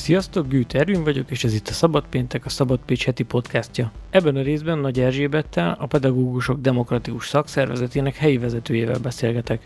Sziasztok, Gűt Ervin vagyok, és ez itt a Szabad Péntek, a Szabad Pécs heti podcastja. Ebben a részben Nagy Erzsébettel, a Pedagógusok Demokratikus Szakszervezetének helyi vezetőjével beszélgetek.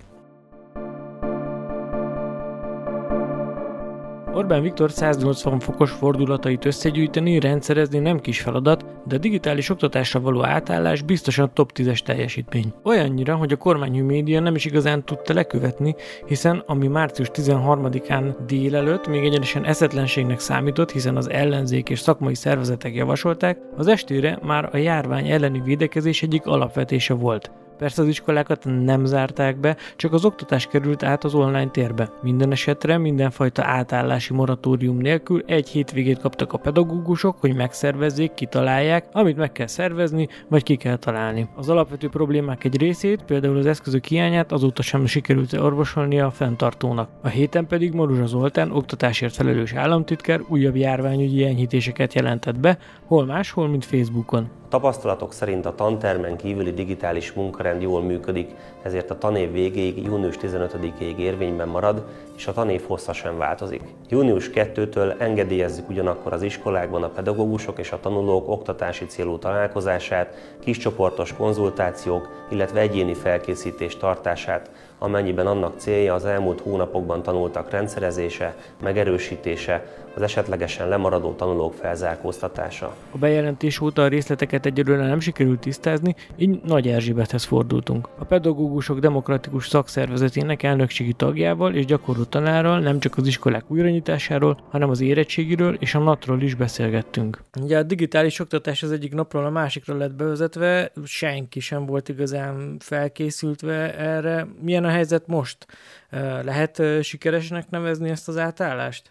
Orbán Viktor 180 fokos fordulatait összegyűjteni, rendszerezni nem kis feladat, de a digitális oktatásra való átállás biztosan top 10-es teljesítmény. Olyannyira, hogy a kormányhű média nem is igazán tudta lekövetni, hiszen ami március 13-án délelőtt még egyenesen eszetlenségnek számított, hiszen az ellenzék és szakmai szervezetek javasolták, az estére már a járvány elleni védekezés egyik alapvetése volt. Persze az iskolákat nem zárták be, csak az oktatás került át az online térbe. Minden esetre mindenfajta átállási moratórium nélkül egy hétvégét kaptak a pedagógusok, hogy megszervezzék, kitalálják, amit meg kell szervezni, vagy ki kell találni. Az alapvető problémák egy részét, például az eszközök hiányát azóta sem sikerült orvosolnia a fenntartónak. A héten pedig Maruzsa Zoltán, oktatásért felelős államtitkár újabb járványügyi enyhítéseket jelentett be, hol máshol, mint Facebookon. Tapasztalatok szerint a tantermen kívüli digitális munkarend jól működik, ezért a tanév végéig, június 15-ig érvényben marad, és a tanév hossza sem változik. Június 2-től engedélyezzük ugyanakkor az iskolákban a pedagógusok és a tanulók oktatási célú találkozását, kiscsoportos konzultációk, illetve egyéni felkészítés tartását, amennyiben annak célja az elmúlt hónapokban tanultak rendszerezése, megerősítése, az esetlegesen lemaradó tanulók felzárkóztatása. A bejelentés óta a részleteket egyelőre nem sikerült tisztázni, így Nagy Erzsébethez fordultunk. A Pedagógusok Demokratikus Szakszervezetének elnökségi tagjával és gyakorló tanárral nem csak az iskolák újranyitásáról, hanem az érettségiről és a NAT-ról is beszélgettünk. Ugye a digitális oktatás az egyik napról a másikra lett bevezetve, senki sem volt igazán felkészültve erre. Milyen a helyzet most? Lehet sikeresnek nevezni ezt az átállást?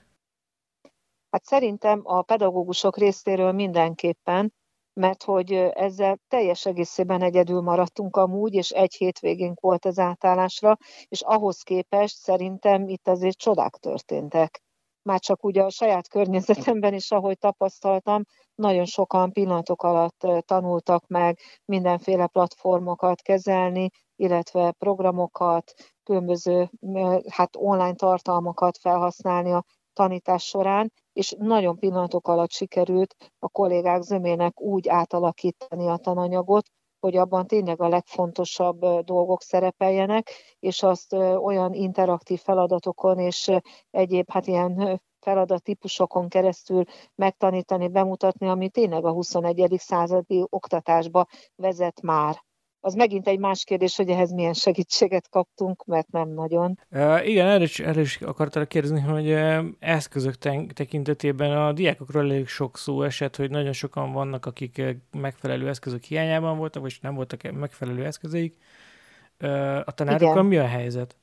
Hát szerintem a pedagógusok részéről mindenképpen, mert hogy ezzel teljes egészében egyedül maradtunk amúgy, és egy hétvégénk volt az átállásra, és ahhoz képest szerintem itt azért csodák történtek. Már csak ugye a saját környezetemben is, ahogy tapasztaltam, nagyon sokan pillanatok alatt tanultak meg mindenféle platformokat kezelni, illetve programokat, különböző online tartalmakat felhasználni a tanítás során, és nagyon pillanatok alatt sikerült a kollégák zömének úgy átalakítani a tananyagot, hogy abban tényleg a legfontosabb dolgok szerepeljenek, és azt olyan interaktív feladatokon és egyéb ilyen feladattípusokon keresztül megtanítani, bemutatni, ami tényleg a 21. századi oktatásba vezet már. Az megint egy más kérdés, hogy ehhez milyen segítséget kaptunk, mert nem nagyon. Igen, erre is akartalak kérdezni, hogy eszközök tekintetében a diákokról elég sok szó esett, hogy nagyon sokan vannak, akik megfelelő eszközök hiányában voltak, vagy nem voltak megfelelő eszközeik. A tanárokkal mi a helyzet?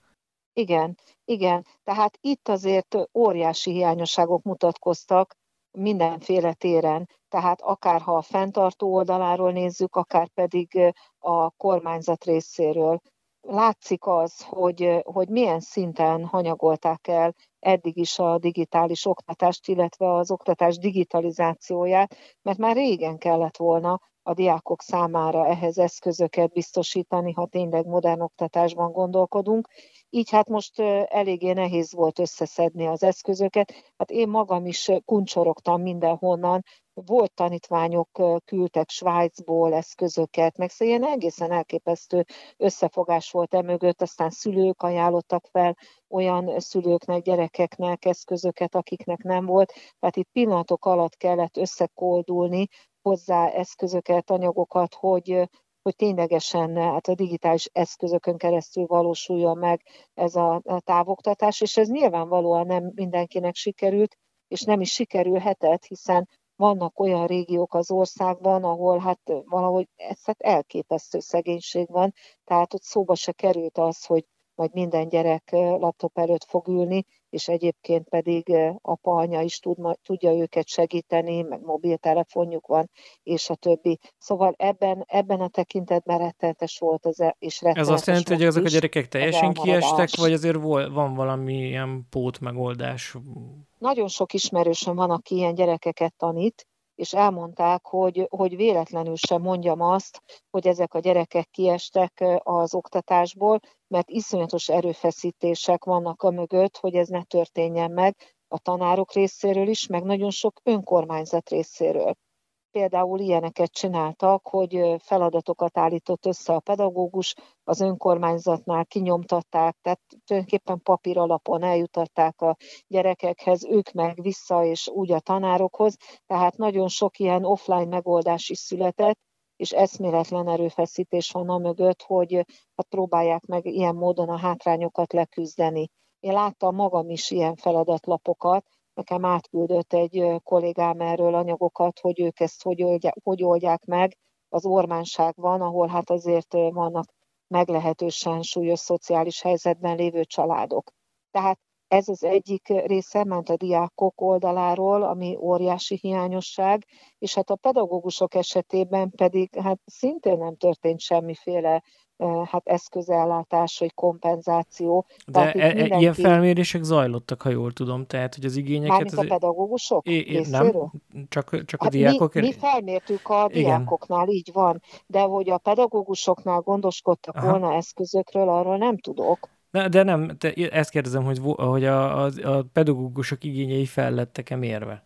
Igen. Tehát itt azért óriási hiányosságok mutatkoztak mindenféle téren. Tehát akár ha a fenntartó oldaláról nézzük, akár pedig a kormányzat részéről. Látszik az, hogy milyen szinten hanyagolták el eddig is a digitális oktatást, illetve az oktatás digitalizációját, mert már régen kellett volna a diákok számára ehhez eszközöket biztosítani, ha tényleg modern oktatásban gondolkodunk. Így most eléggé nehéz volt összeszedni az eszközöket. Én magam is kuncsorogtam mindenhonnan, volt tanítványok, küldtek Svájcból eszközöket, meg szóval ilyen egészen elképesztő összefogás volt emögött, aztán szülők ajánlottak fel olyan szülőknek, gyerekeknek eszközöket, akiknek nem volt. Tehát itt pillanatok alatt kellett összekoldulni hozzá eszközöket, anyagokat, hogy ténylegesen a digitális eszközökön keresztül valósuljon meg ez a távoktatás, és ez nyilvánvalóan nem mindenkinek sikerült, és nem is sikerülhetett, hiszen vannak olyan régiók az országban, ahol valahogy elképesztő szegénység van, tehát ott szóba se került az, hogy majd minden gyerek laptop előtt fog ülni, és egyébként pedig apa, anya is tudja őket segíteni, meg mobiltelefonjuk van, és a többi. Szóval ebben a tekintetben rettenetes volt és rettenetes. Ez azt jelenti, hogy ezek a gyerekek teljesen kiestek, vagy azért van valami ilyen pótmegoldás? Nagyon sok ismerősöm van, aki ilyen gyerekeket tanít, és elmondták, hogy véletlenül sem mondjam azt, hogy ezek a gyerekek kiestek az oktatásból, mert iszonyatos erőfeszítések vannak mögött, hogy ez ne történjen meg. a tanárok részéről is, meg nagyon sok önkormányzat részéről. Például ilyeneket csináltak, hogy feladatokat állított össze a pedagógus, az önkormányzatnál kinyomtatták, tehát tulajdonképpen papír alapon eljutatták a gyerekekhez, ők meg vissza, és úgy a tanárokhoz. Tehát nagyon sok ilyen offline megoldás is született, és eszméletlen erőfeszítés van amögött, hogy hát próbálják meg ilyen módon a hátrányokat leküzdeni. Én láttam magam is ilyen feladatlapokat, nekem átküldött egy kollégám erről anyagokat, hogy ők ezt hogy oldják meg. Az Ormánságban, ahol hát azért vannak meglehetősen súlyos szociális helyzetben lévő családok. Tehát ez az egyik része, ment a diákok oldaláról, ami óriási hiányosság, és hát a pedagógusok esetében pedig hát szintén nem történt semmiféle hát eszközellátás vagy kompenzáció. De ilyen felmérések zajlottak, ha jól tudom, tehát hogy az igényeket... Mármint a pedagógusok részéről? Nem, csak a diákok... Mi felmértük a diákoknál, így van, de hogy a pedagógusoknál gondoskodtak volna eszközökről, arról nem tudok. De nem, ezt kérdezem, hogy a pedagógusok igényei fel lettek-e mérve?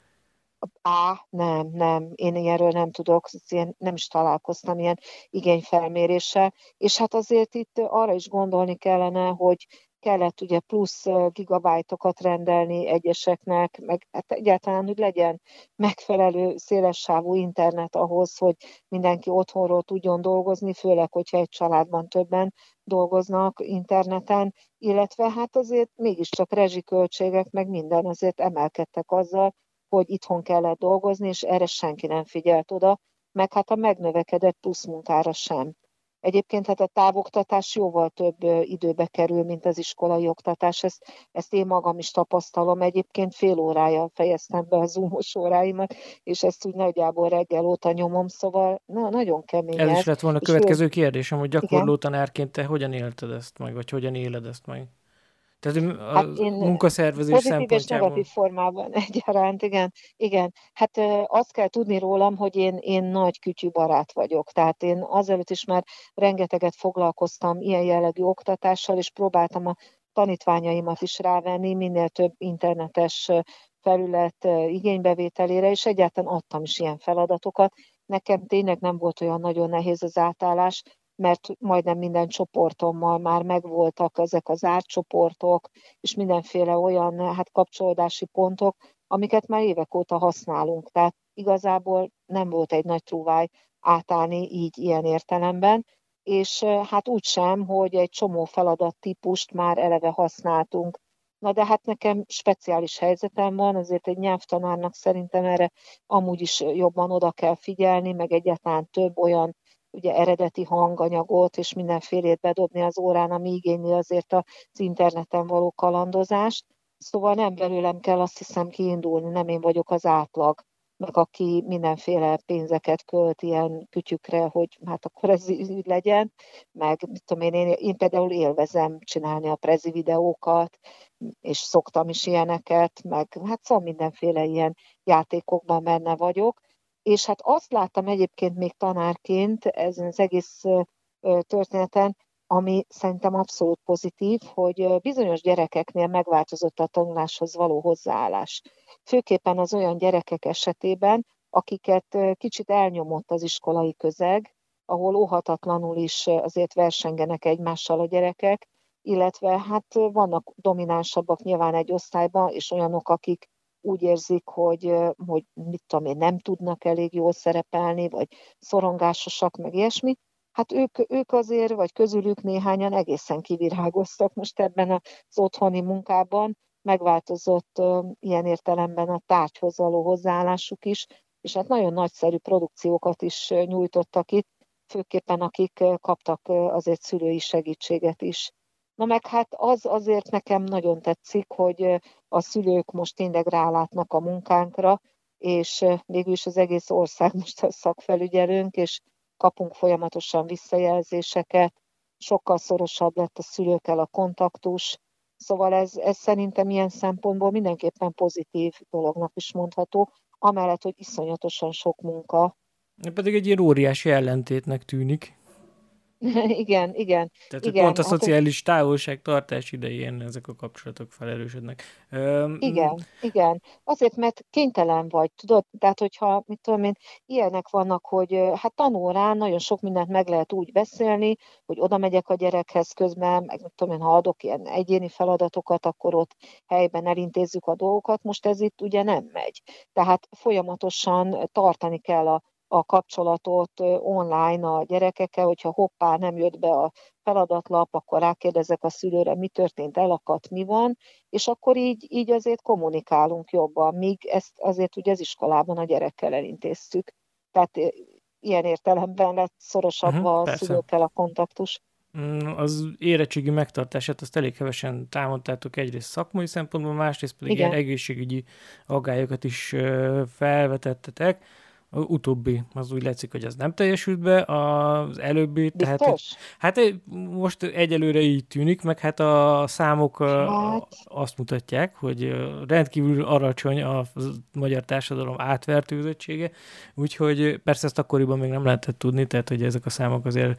Nem, én ilyenről nem tudok, nem is találkoztam ilyen igényfelméréssel, és hát azért itt arra is gondolni kellene, hogy kellett ugye plusz gigabájtokat rendelni egyeseknek, meg hát egyáltalán, hogy legyen megfelelő szélessávú internet ahhoz, hogy mindenki otthonról tudjon dolgozni, főleg, hogyha egy családban többen dolgoznak interneten, illetve hát azért mégiscsak rezsiköltségek, meg minden azért emelkedtek azzal, hogy itthon kellett dolgozni, és erre senki nem figyelt oda, meg hát a megnövekedett plusz munkára sem. Egyébként hát a távoktatás jóval több időbe kerül, mint az iskolai oktatás. Ezt én magam is tapasztalom. Egyébként fél órája fejeztem be a Zoom-os óráimat, és ezt úgy nagyjából reggel óta nyomom, szóval nagyon kemény. Ez is lett volna a következő kérdésem, hogy gyakorló tanárként te hogyan élted ezt meg, vagy hogyan éled ezt meg? Tehát a munkaszervezés szempontjából... Pozitív és negatív formában egyaránt, igen. Hát azt kell tudni rólam, hogy én nagy kütyű barát vagyok. Tehát én azelőtt is már rengeteget foglalkoztam ilyen jellegű oktatással, és próbáltam a tanítványaimat is rávenni minél több internetes felület igénybevételére, és egyáltalán adtam is ilyen feladatokat. Nekem tényleg nem volt olyan nagyon nehéz az átállás, mert majdnem minden csoportommal már megvoltak ezek az árcsoportok, és mindenféle olyan kapcsolódási pontok, amiket már évek óta használunk. Tehát igazából nem volt egy nagy trúváj átállni így ilyen értelemben, és hát úgy sem, hogy egy csomó feladattípust már eleve használtunk. Na de hát nekem speciális helyzetem van, azért egy nyelvtanárnak szerintem erre amúgy is jobban oda kell figyelni, meg egyáltalán több olyan ugye eredeti hanganyagot és mindenfélét bedobni az órán, ami igényli azért az interneten való kalandozást. Szóval nem belőlem kell, azt hiszem, kiindulni, nem én vagyok az átlag, meg aki mindenféle pénzeket költ ilyen kütyükre, hogy hát akkor ez így legyen, meg mit tudom én például élvezem csinálni a prezi videókat, és szoktam is ilyeneket, meg hát szóval mindenféle ilyen játékokban benne vagyok. És hát azt láttam egyébként még tanárként ezen az egész történeten, ami szerintem abszolút pozitív, hogy bizonyos gyerekeknél megváltozott a tanuláshoz való hozzáállás. Főképpen az olyan gyerekek esetében, akiket kicsit elnyomott az iskolai közeg, ahol óhatatlanul is azért versengenek egymással a gyerekek, illetve hát vannak dominánsabbak nyilván egy osztályban, és olyanok, akik úgy érzik, hogy mit tudom én, nem tudnak elég jól szerepelni, vagy szorongásosak, meg ilyesmi. Hát ők azért, vagy közülük néhányan egészen kivirágoztak most ebben az otthoni munkában, megváltozott ilyen értelemben a tárgyhoz való hozzáállásuk is, és hát nagyon nagyszerű produkciókat is nyújtottak itt, főképpen akik kaptak azért szülői segítséget is. Na meg hát az azért nekem nagyon tetszik, hogy a szülők most tényleg rálátnak a munkánkra, és végülis az egész ország most a szakfelügyelőnk, és kapunk folyamatosan visszajelzéseket, sokkal szorosabb lett a szülőkkel a kontaktus, szóval ez szerintem ilyen szempontból mindenképpen pozitív dolognak is mondható, amellett, hogy iszonyatosan sok munka. Pedig egy ilyen óriási ellentétnek tűnik. Igen, igen, Tehát, hogy pont igen, a hát szociális távolságtartás idején ezek a kapcsolatok felerősödnek. igen. Azért, mert kénytelen vagy, tudod? Tehát, hogyha, mit tudom én, ilyenek vannak, hogy hát tanórán nagyon sok mindent meg lehet úgy beszélni, hogy oda megyek a gyerekhez közben, meg mit tudom én, ha adok ilyen egyéni feladatokat, akkor ott helyben elintézzük a dolgokat. Most ez itt ugye nem megy. Tehát folyamatosan tartani kell a kapcsolatot online a gyerekekkel, hogyha hoppá, nem jött be a feladatlap, akkor rákérdezek a szülőre, mi történt, elakadt, mi van, és akkor így azért kommunikálunk jobban, míg ezt azért ugye az iskolában a gyerekkel elintéztük. Tehát ilyen értelemben lett szorosabb a Persze. szülőkkel a kontaktus. Az érettségi megtartását azt elég hevesen támadtátok egyrészt szakmai szempontból, másrészt pedig ilyen Igen, egészségügyi aggályokat is felvetettetek. A utóbbi, az úgy látszik, hogy az nem teljesült be, az előbbi, tehát hogy, biztos? hát most egyelőre így tűnik, meg hát a számok Hát, azt mutatják, hogy rendkívül alacsony a magyar társadalom átvertőzöttsége, úgyhogy persze ezt akkoriban még nem lehetett tudni, tehát hogy ezek a számok azért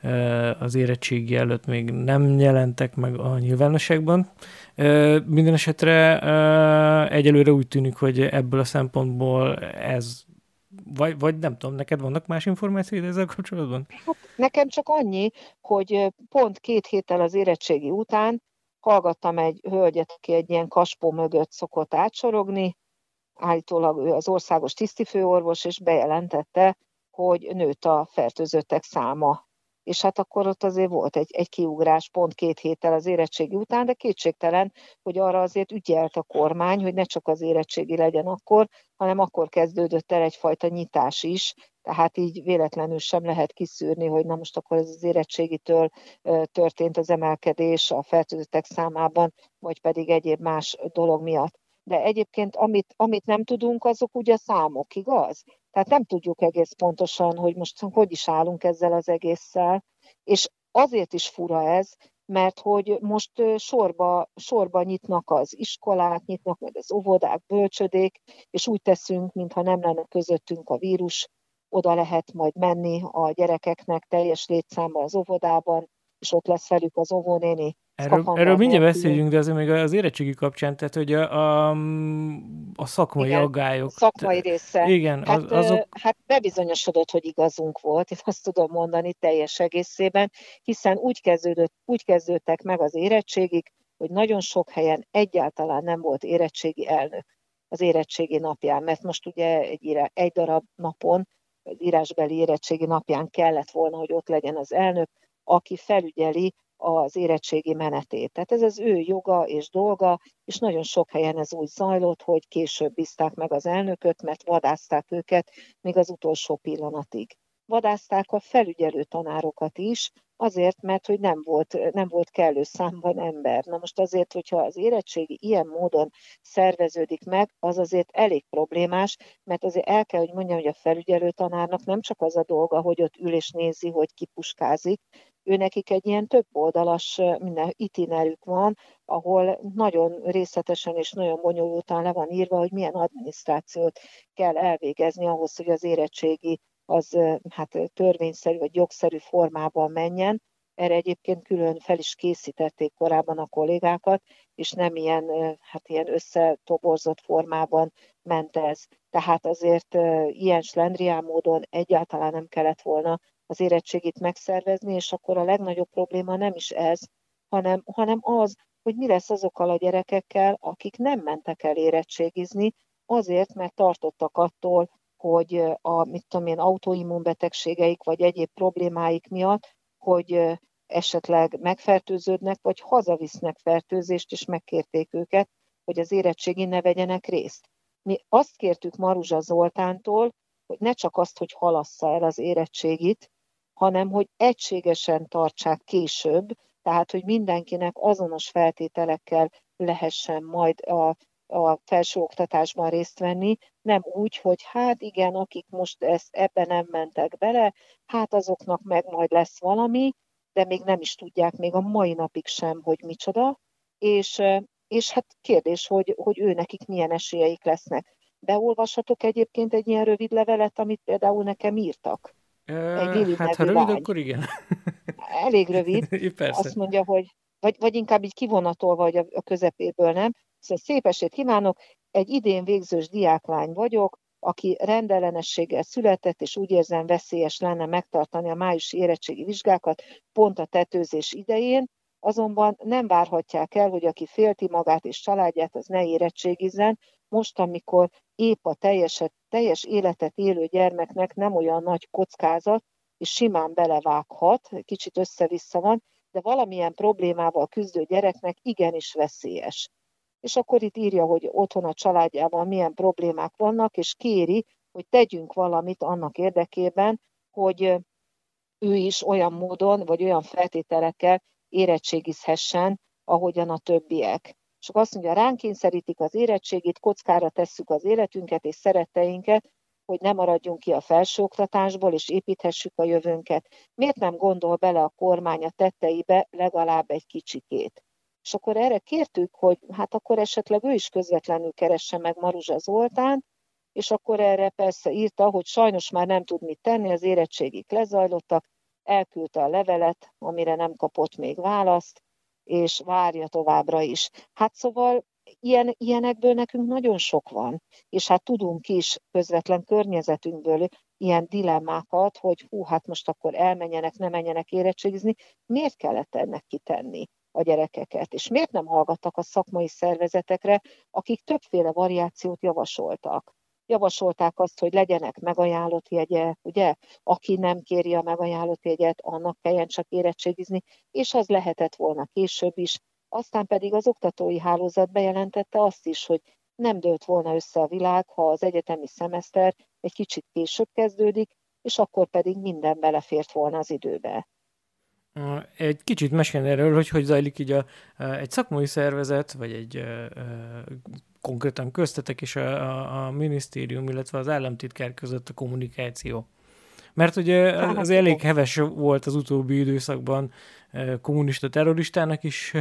az érettségi előtt még nem jelentek meg a nyilvánosságban. Minden esetre egyelőre úgy tűnik, hogy ebből a szempontból ez vagy nem tudom, neked vannak más információid ezzel kapcsolatban? hát nekem csak annyi, hogy pont 2 héttel az érettségi után hallgattam egy hölgyet, aki egy ilyen kaspó mögött szokott átsorogni, állítólag ő az országos tisztifőorvos, és bejelentette, hogy nőtt a fertőzöttek száma. És hát akkor ott azért volt egy kiugrás pont 2 héttel az érettségi után, de kétségtelen, hogy arra azért ügyelt a kormány, hogy ne csak az érettségi legyen akkor, hanem akkor kezdődött el egyfajta nyitás is, tehát így véletlenül sem lehet kiszűrni, hogy na most akkor ez az érettségitől történt az emelkedés a fertőzöttek számában, vagy pedig egyéb más dolog miatt. De egyébként, amit nem tudunk, azok ugye számok, igaz? Tehát nem tudjuk egész pontosan, hogy most hogy is állunk ezzel az egésszel. És azért is fura ez, mert hogy most sorba nyitnak az iskolák, nyitnak meg az óvodák, bölcsödék, és úgy teszünk, mintha nem lenne közöttünk a vírus, oda lehet majd menni a gyerekeknek teljes létszámmal az óvodában, és ott lesz velük az óvónéni Erről szkafander mindjárt nélkül. beszéljünk, de azért még az érettségi kapcsán, tehát hogy a szakmai Igen, a aggályok, szakmai része. igen, Hát, azok, hát bebizonyosodott, hogy igazunk volt, én azt tudom mondani teljes egészében, hiszen úgy kezdődtek meg az érettségik, hogy nagyon sok helyen egyáltalán nem volt érettségi elnök az érettségi napján, mert most ugye egy darab napon, az írásbeli érettségi napján kellett volna, hogy ott legyen az elnök, aki felügyeli az érettségi menetét. Tehát ez az ő joga és dolga, és nagyon sok helyen ez úgy zajlott, hogy később bízták meg az elnököt, mert vadázták őket még az utolsó pillanatig. Vadázták a felügyelő tanárokat is, azért, mert hogy nem volt kellő számban ember. Na most azért, hogyha az érettségi ilyen módon szerveződik meg, az azért elég problémás, mert azért el kell, hogy mondjam, hogy a felügyelő tanárnak nem csak az a dolga, hogy ott ül és nézi, hogy ki puskázik, ő nekik egy ilyen több oldalas minden itinerük van, ahol nagyon részletesen és nagyon bonyolultan le van írva, hogy milyen adminisztrációt kell elvégezni ahhoz, hogy az érettségi az hát törvényszerű vagy jogszerű formában menjen. Erre egyébként külön fel is készítették korábban a kollégákat, és nem ilyen összetoborzott formában ment ez. Tehát azért ilyen slendrián módon egyáltalán nem kellett volna az érettségit megszervezni, és akkor a legnagyobb probléma nem is ez, hanem az, hogy mi lesz azokkal a gyerekekkel, akik nem mentek el érettségizni, azért, mert tartottak attól, hogy mit tudom én, autoimmunbetegségeik vagy egyéb problémáik miatt, hogy esetleg megfertőződnek, vagy hazavisznek fertőzést, és megkérték őket, hogy az érettségin ne vegyenek részt. Mi azt kértük Maruzsa Zoltántól, hogy ne csak azt, hogy halassza el az érettségit, hanem hogy egységesen tartsák később, tehát hogy mindenkinek azonos feltételekkel lehessen majd a felsőoktatásban részt venni, nem úgy, hogy hát igen, akik most ebben nem mentek bele, hát azoknak meg majd lesz valami, de még nem is tudják még a mai napig sem, hogy micsoda, és hát kérdés, hogy ő nekik milyen esélyeik lesznek. Beolvashatok egyébként egy ilyen rövid levelet, amit például nekem írtak. Egy Lili hát ha nevű rövid, lány. akkor igen. elég rövid, Persze. azt mondja, hogy vagy inkább így kivonatolva, vagy a közepéből nem. Szóval szép estét kívánok, egy idén végzős diáklány vagyok, aki rendellenességgel született, és úgy érzem veszélyes lenne megtartani a májusi érettségi vizsgákat pont a tetőzés idején, azonban nem várhatják el, hogy aki félti magát és családját, az ne érettségizzen, most, amikor épp a teljes életet élő gyermeknek nem olyan nagy kockázat, és simán belevághat, kicsit össze-vissza van, de valamilyen problémával küzdő gyereknek igenis veszélyes. És akkor itt írja, hogy otthon a családjában milyen problémák vannak, és kéri, hogy tegyünk valamit annak érdekében, hogy ő is olyan módon, vagy olyan feltételekkel érettségizhessen, ahogyan a többiek. És azt mondja, ránk kényszerítik az érettségit, kockára tesszük az életünket és szeretteinket, hogy ne maradjunk ki a felsőoktatásból, és építhessük a jövőnket. Miért nem gondol bele a kormány a tetteibe legalább egy kicsikét? És akkor erre kértük, hogy hát akkor esetleg ő is közvetlenül keresse meg Maruzsa Zoltánt, és akkor erre persze írta, hogy sajnos már nem tud mit tenni, az érettségik lezajlottak, elküldte a levelet, amire nem kapott még választ, és várja továbbra is. Hát szóval ilyenekből nekünk nagyon sok van, és hát tudunk is közvetlen környezetünkből ilyen dilemmákat, hogy hát most akkor elmenjenek, ne menjenek érettségizni. Miért kellett ennek kitenni a gyerekeket? És miért nem hallgattak a szakmai szervezetekre, akik többféle variációt javasoltak? Javasolták azt, hogy legyenek megajánlott jegyek, ugye? Aki nem kéri a megajánlott jegyet, annak kelljen csak érettségizni, és az lehetett volna később is. Aztán pedig az oktatói hálózat bejelentette azt is, hogy nem dőlt volna össze a világ, ha az egyetemi szemeszter egy kicsit később kezdődik, és akkor pedig minden belefért volna az időbe. Egy kicsit mesélni erről, hogy zajlik így egy szakmai szervezet, vagy egy konkrétan köztetek és a minisztérium, illetve az államtitkár között a kommunikáció. Mert ugye az elég heves volt az utóbbi időszakban, kommunista terroristának is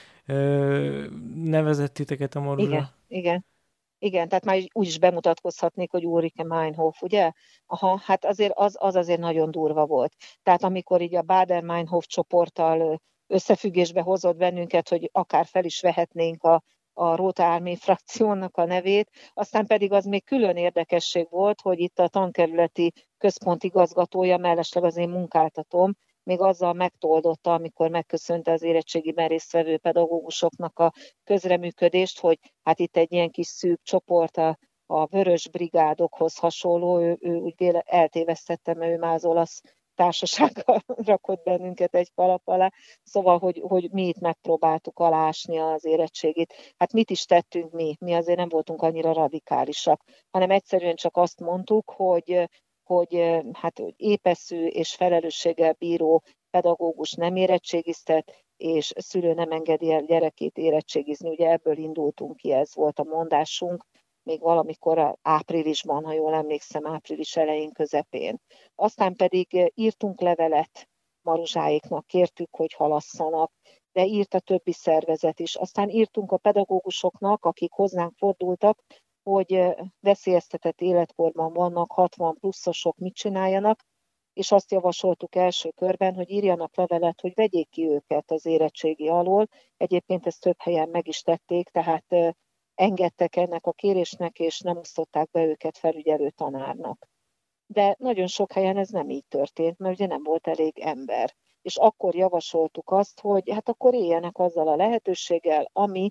nevezett titeket a Maruzsa. Igen, tehát már úgy is bemutatkozhatnék, hogy Ulrike Meinhof, ugye? Aha, hát azért az azért nagyon durva volt. Tehát amikor így a Baader-Meinhof csoporttal összefüggésbe hozott bennünket, hogy akár fel is vehetnénk a Rote Armee frakciónak a nevét, aztán pedig az még külön érdekesség volt, hogy itt a tankerületi központigazgatója, mellesleg az én munkáltatom, még azzal megtoldotta, amikor megköszönte az érettségiben résztvevő pedagógusoknak a közreműködést, hogy hát itt egy ilyen kis szűk csoport, a vörös brigádokhoz hasonló, ő úgy eltévesztette, mert ő már az olasz társasággal rakott bennünket egy kalap alá, szóval, hogy mi itt megpróbáltuk alásni az érettségit. Hát mit is tettünk mi? Mi azért nem voltunk annyira radikálisak, hanem egyszerűen csak azt mondtuk, hogy hát épeszű és felelősséggel bíró pedagógus nem érettségiztet, és szülő nem engedi el gyerekét érettségizni. Ugye ebből indultunk ki, ez volt a mondásunk, még valamikor áprilisban, ha jól emlékszem, április elején, közepén. Aztán pedig írtunk levelet Maruzsáéknak, kértük, hogy halasszanak, de írt a többi szervezet is. Aztán írtunk a pedagógusoknak, akik hozzánk fordultak, hogy veszélyeztetett életkorban vannak, 60 pluszosok, mit csináljanak, és azt javasoltuk első körben, hogy írjanak levelet, hogy vegyék ki őket az érettségi alól. Egyébként ezt több helyen meg is tették, tehát engedtek ennek a kérésnek, és nem osztották be őket felügyelő tanárnak. De nagyon sok helyen ez nem így történt, mert ugye nem volt elég ember. És akkor javasoltuk azt, hogy hát akkor éljenek azzal a lehetőséggel, ami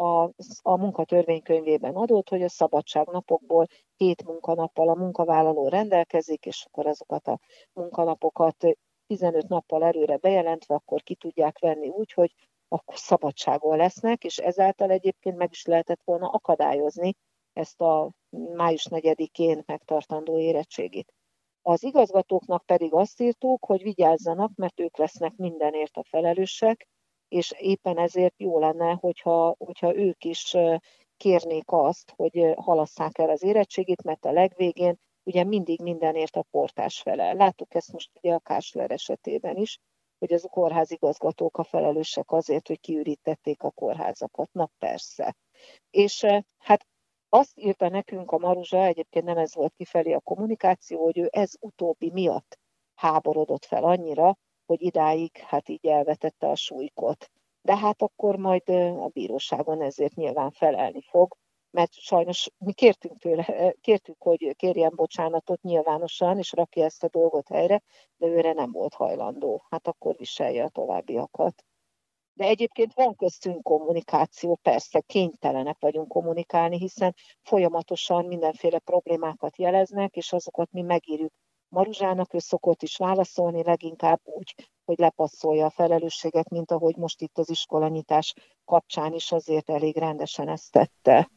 a munkatörvénykönyvében adott, hogy a szabadságnapokból 7 munkanappal a munkavállaló rendelkezik, és akkor azokat a munkanapokat 15 nappal előre bejelentve, akkor ki tudják venni úgy, hogy akkor szabadságon lesznek, és ezáltal egyébként meg is lehetett volna akadályozni ezt a május 4-én megtartandó érettségit. Az igazgatóknak pedig azt írtuk, hogy vigyázzanak, mert ők lesznek mindenért a felelősek, és éppen ezért jó lenne, hogyha ők is kérnék azt, hogy halasszák el az érettségit, mert a legvégén ugye mindig mindenért a portás felel. Láttuk ezt most ugye a Kásler esetében is, hogy az kórházigazgatók a felelősek azért, hogy kiürítették a kórházakat. Na persze. És hát azt írta nekünk a Maruzsa, egyébként nem ez volt kifelé a kommunikáció, hogy ő ez utóbbi miatt háborodott fel annyira, hogy idáig hát így elvetette a súlykot. De hát akkor majd a bíróságon ezért nyilván felelni fog, mert sajnos mi kértük, hogy kérjen bocsánatot nyilvánosan, és rakja ezt a dolgot helyre, de őre nem volt hajlandó. Hát akkor viselje a továbbiakat. De egyébként van köztünk kommunikáció, persze kénytelenek vagyunk kommunikálni, hiszen folyamatosan mindenféle problémákat jeleznek, és azokat mi megírjuk. Maruzsának ő szokott is válaszolni, leginkább úgy, hogy lepasszolja a felelősséget, mint ahogy most itt az iskolanyitás kapcsán is azért elég rendesen ezt tette.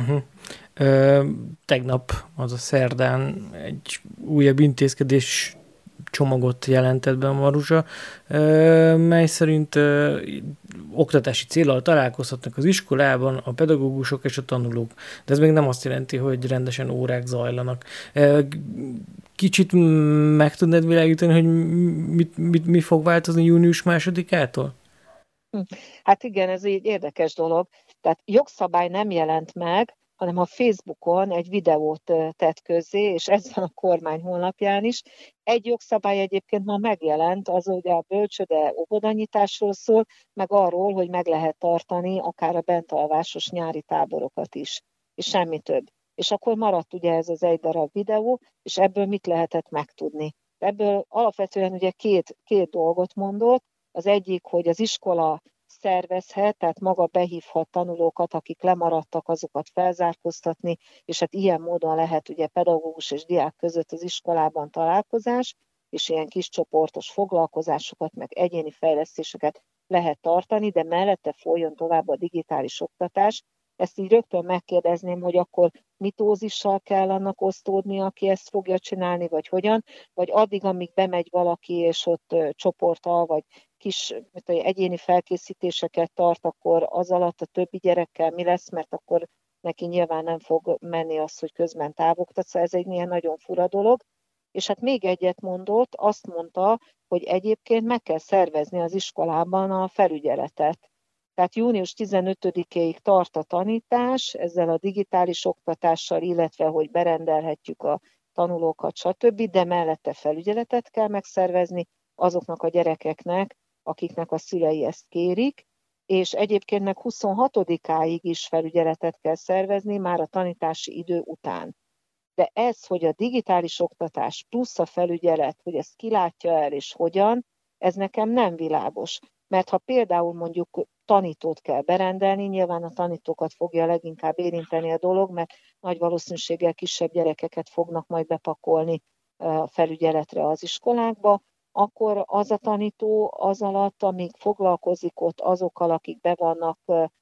Tegnap, azaz szerdán egy újabb intézkedés csomagot jelentett be a Maruzsa, mely szerint oktatási céllal találkozhatnak az iskolában a pedagógusok és a tanulók. De ez még nem azt jelenti, hogy rendesen órák zajlanak. Kicsit meg tudnád világítani, hogy mi fog változni június 2-ától? Hát igen, ez egy érdekes dolog. Tehát jogszabály nem jelent meg, hanem a Facebookon egy videót tett közzé, és ez van a kormány honlapján is. Egy jogszabály egyébként ma megjelent, az ugye a bölcsőde óvodanyitásról szól, meg arról, hogy meg lehet tartani akár a bentalvásos nyári táborokat is, és semmi több. És akkor maradt ugye ez az egy darab videó, és ebből mit lehetett megtudni? Ebből alapvetően ugye két dolgot mondott. Az egyik, hogy az iskola szervezhet, tehát maga behívhat tanulókat, akik lemaradtak, azokat felzárkóztatni, és hát ilyen módon lehet ugye pedagógus és diák között az iskolában találkozás, és ilyen kis csoportos foglalkozásokat, meg egyéni fejlesztéseket lehet tartani, de mellette folyjon tovább a digitális oktatás. Ezt így rögtön megkérdezném, hogy akkor mitózissal kell annak osztódni, aki ezt fogja csinálni, vagy hogyan, vagy addig, amíg bemegy valaki, és ott csoporttal, vagy kis egyéni felkészítéseket tart, akkor az alatt a többi gyerekkel mi lesz, mert akkor neki nyilván nem fog menni az, hogy közben távoktat, szóval ez egy ilyen nagyon fura dolog. És hát még egyet mondott, azt mondta, hogy egyébként meg kell szervezni az iskolában a felügyeletet. Tehát június 15-ig tart a tanítás, ezzel a digitális oktatással, illetve hogy berendelhetjük a tanulókat, stb., de mellette felügyeletet kell megszervezni azoknak a gyerekeknek, akiknek a szülei ezt kérik, és egyébként meg 26-áig is felügyeletet kell szervezni, már a tanítási idő után. De ez, hogy a digitális oktatás plusz a felügyelet, hogy ezt kilátja el és hogyan, ez nekem nem világos. Mert ha például mondjuk tanítót kell berendelni, nyilván a tanítókat fogja leginkább érinteni a dolog, mert nagy valószínűséggel kisebb gyerekeket fognak majd bepakolni a felügyeletre az iskolákba, akkor az a tanító az alatt, amíg foglalkozik ott azokkal, akik be vannak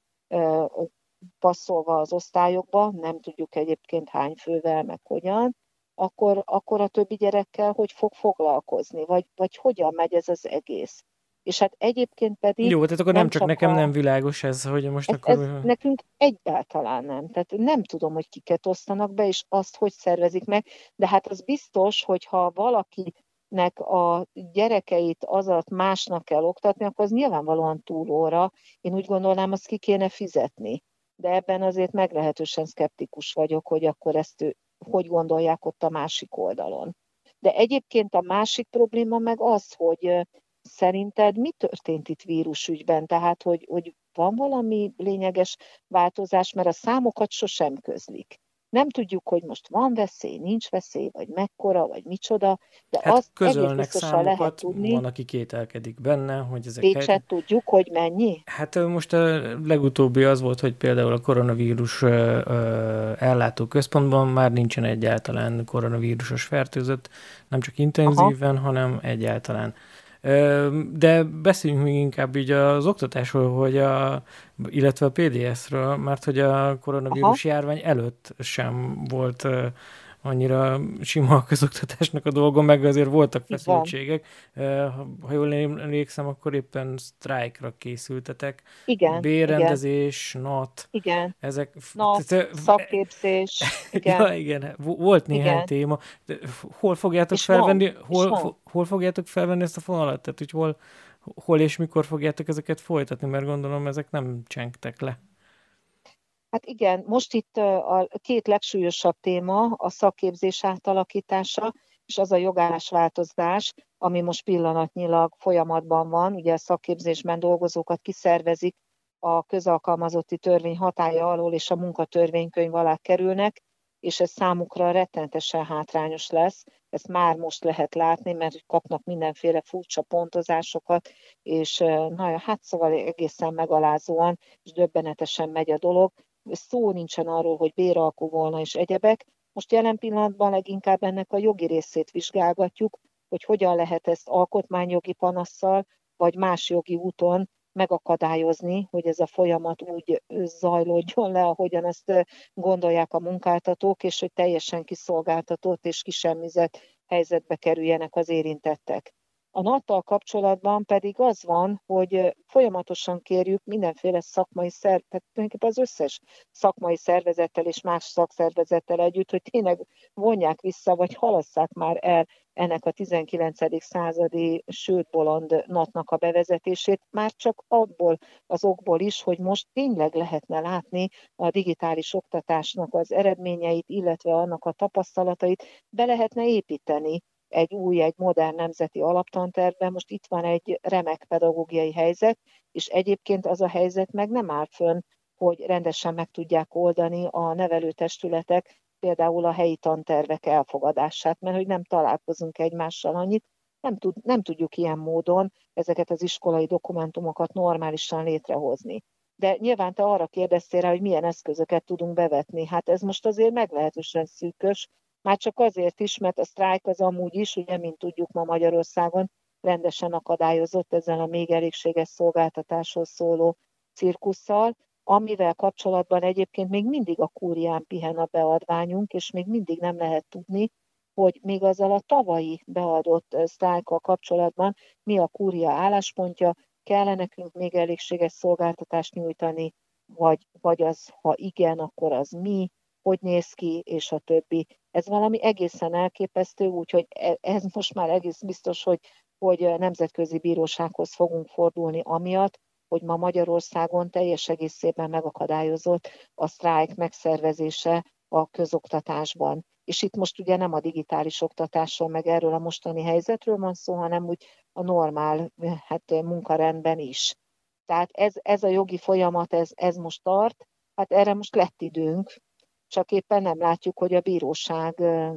passzolva az osztályokba, nem tudjuk egyébként hány fővel, meg hogyan, akkor a többi gyerekkel hogy fog foglalkozni, vagy hogyan megy ez az egész. És hát egyébként pedig... Jó, tehát akkor nem csak nekem nem világos ez, hogy most akkor... Ez nekünk egyáltalán nem. Tehát nem tudom, hogy kiket osztanak be, és azt, hogy szervezik meg, de hát az biztos, hogyha valakinek a gyerekeit az alatt másnak kell oktatni, akkor az nyilvánvalóan túlóra. Én úgy gondolnám, azt ki kéne fizetni. De ebben azért meglehetősen szkeptikus vagyok, hogy akkor ezt hogy gondolják ott a másik oldalon. De egyébként a másik probléma meg az, hogy szerinted mi történt itt vírusügyben? Tehát, hogy van valami lényeges változás, mert a számokat sosem közlik. Nem tudjuk, hogy most van veszély, nincs veszély, vagy mekkora, vagy micsoda, de hát azt közölnek számokat, lehet tudni. Van, aki kételkedik benne, hogy ezek... Pécset tudjuk, hogy mennyi? Hát most a legutóbbi az volt, hogy például a koronavírus ellátó központban már nincsen egyáltalán koronavírusos fertőzött, nem csak intenzíven, hanem egyáltalán. De beszéljünk még inkább így az oktatásról, illetve a PDS-ről, mert hogy a koronavírus járvány előtt sem volt annyira sima a közoktatásnak a dolgon, meg azért voltak feszültségek. Ha jól emlékszem, akkor éppen sztrájkra készültetek. Igen. Bérrendezés, NAT. Igen. Ezek, NAT, szakképzés. Igen. Ja, igen. Volt néhány téma. De hol fogjátok felvenni? Hol fogjátok felvenni ezt a fonalat? Tehát, hogy hol és mikor fogjátok ezeket folytatni? Mert gondolom, ezek nem csengtek le. Hát igen, most itt a két legsúlyosabb téma a szakképzés átalakítása, és az a jogállásváltozás, ami most pillanatnyilag folyamatban van. Ugye a szakképzésben dolgozókat kiszervezik, a közalkalmazotti törvény hatálya alól és a munkatörvénykönyv alá kerülnek, és ez számukra rettenetesen hátrányos lesz. Ezt már most lehet látni, mert kapnak mindenféle furcsa pontozásokat, és szóval egészen megalázóan és döbbenetesen megy a dolog. Szó nincsen arról, hogy béralkú volna és egyebek. Most jelen pillanatban leginkább ennek a jogi részét vizsgálgatjuk, hogy hogyan lehet ezt alkotmányjogi panasszal, vagy más jogi úton megakadályozni, hogy ez a folyamat úgy zajlódjon le, ahogyan ezt gondolják a munkáltatók, és hogy teljesen kiszolgáltatott és kisemmizett helyzetbe kerüljenek az érintettek. A NAT-tal kapcsolatban pedig az van, hogy folyamatosan kérjük mindenféle szakmai tehát tulajdonképpen az összes szakmai szervezettel és más szakszervezettel együtt, hogy tényleg vonják vissza, vagy halasszák már el ennek a 19. századi sőt-bolond NAT-nak a bevezetését, már csak abból az okból is, hogy most tényleg lehetne látni a digitális oktatásnak az eredményeit, illetve annak a tapasztalatait, be lehetne építeni egy modern nemzeti alaptantervben. Most itt van egy remek pedagógiai helyzet, és egyébként az a helyzet meg nem áll fönn, hogy rendesen meg tudják oldani a nevelőtestületek például a helyi tantervek elfogadását, mert hogy nem találkozunk egymással annyit, nem tudjuk ilyen módon ezeket az iskolai dokumentumokat normálisan létrehozni. De nyilván te arra kérdeztél rá, hogy milyen eszközöket tudunk bevetni. Hát ez most azért meglehetősen szűkös, már csak azért is, mert a sztrájk az amúgy is, ugye, mint tudjuk ma Magyarországon, rendesen akadályozott ezzel a még elégséges szolgáltatáshoz szóló cirkusszal, amivel kapcsolatban egyébként még mindig a kúrián pihen a beadványunk, és még mindig nem lehet tudni, hogy még azzal a tavalyi beadott sztrájkkal kapcsolatban mi a kúria álláspontja, kell nekünk még elégséges szolgáltatást nyújtani, vagy az, ha igen, akkor az mi, hogy néz ki, és a többi. Ez valami egészen elképesztő, úgyhogy ez most már egész biztos, hogy nemzetközi bírósághoz fogunk fordulni amiatt, hogy ma Magyarországon teljes egészében megakadályozott a sztrájk megszervezése a közoktatásban. És itt most ugye nem a digitális oktatásról, meg erről a mostani helyzetről van szó, hanem úgy a normál munkarendben is. Tehát ez a jogi folyamat, ez most tart, hát erre most lett időnk, csak éppen nem látjuk, hogy a bíróság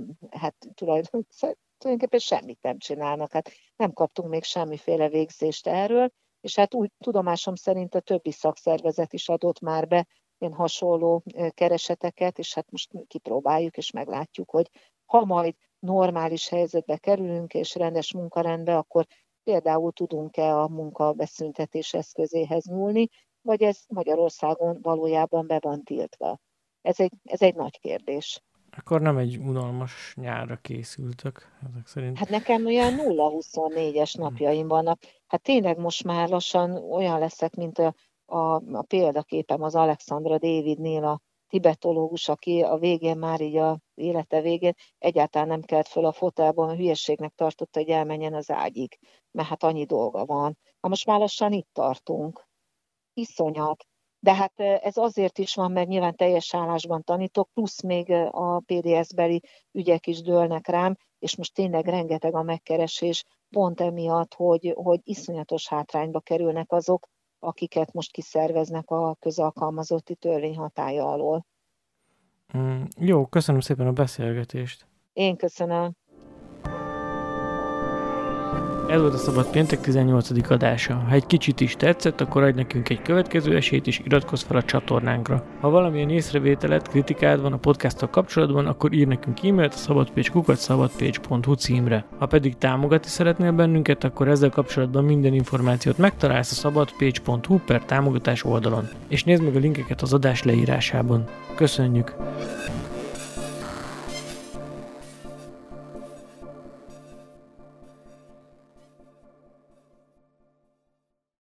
tulajdonképpen semmit nem csinálnak. Hát nem kaptunk még semmiféle végzést erről, és hát úgy tudomásom szerint a többi szakszervezet is adott már be ilyen hasonló kereseteket, és hát most kipróbáljuk, és meglátjuk, hogy ha majd normális helyzetbe kerülünk, és rendes munkarendbe, akkor például tudunk-e a munkabeszüntetés eszközéhez nyúlni, vagy ez Magyarországon valójában be van tiltva. Ez egy nagy kérdés. Akkor nem egy unalmas nyárra készültök, ezek szerint. Hát nekem olyan 0-24-es napjaim vannak. Hát tényleg most már lassan olyan leszek, mint a példaképem az Alexandra Davidnél, a tibetológus, aki a végén már így a élete végén egyáltalán nem kelt föl a fotelban, a hülyeségnek tartotta, hogy elmenjen az ágyig, mert hát annyi dolga van. Most már lassan itt tartunk. Iszonyat. De hát ez azért is van, mert nyilván teljes állásban tanítok, plusz még a PDS-beli ügyek is dőlnek rám, és most tényleg rengeteg a megkeresés, pont emiatt, hogy iszonyatos hátrányba kerülnek azok, akiket most kiszerveznek a közalkalmazotti törvény hatálya alól. Jó, köszönöm szépen a beszélgetést. Én köszönöm. Ez volt a Szabad Péntek 18. adása. Ha egy kicsit is tetszett, akkor adj nekünk egy következő esélyt, és iratkozz fel a csatornánkra. Ha valamilyen észrevételed, kritikád van a podcasttal kapcsolatban, akkor írj nekünk e-mailt a szabadpage@szabadpage.hu címre. Ha pedig támogatni szeretnél bennünket, akkor ezzel kapcsolatban minden információt megtalálsz a szabadpage.hu/támogatás oldalon. És nézd meg a linkeket az adás leírásában. Köszönjük!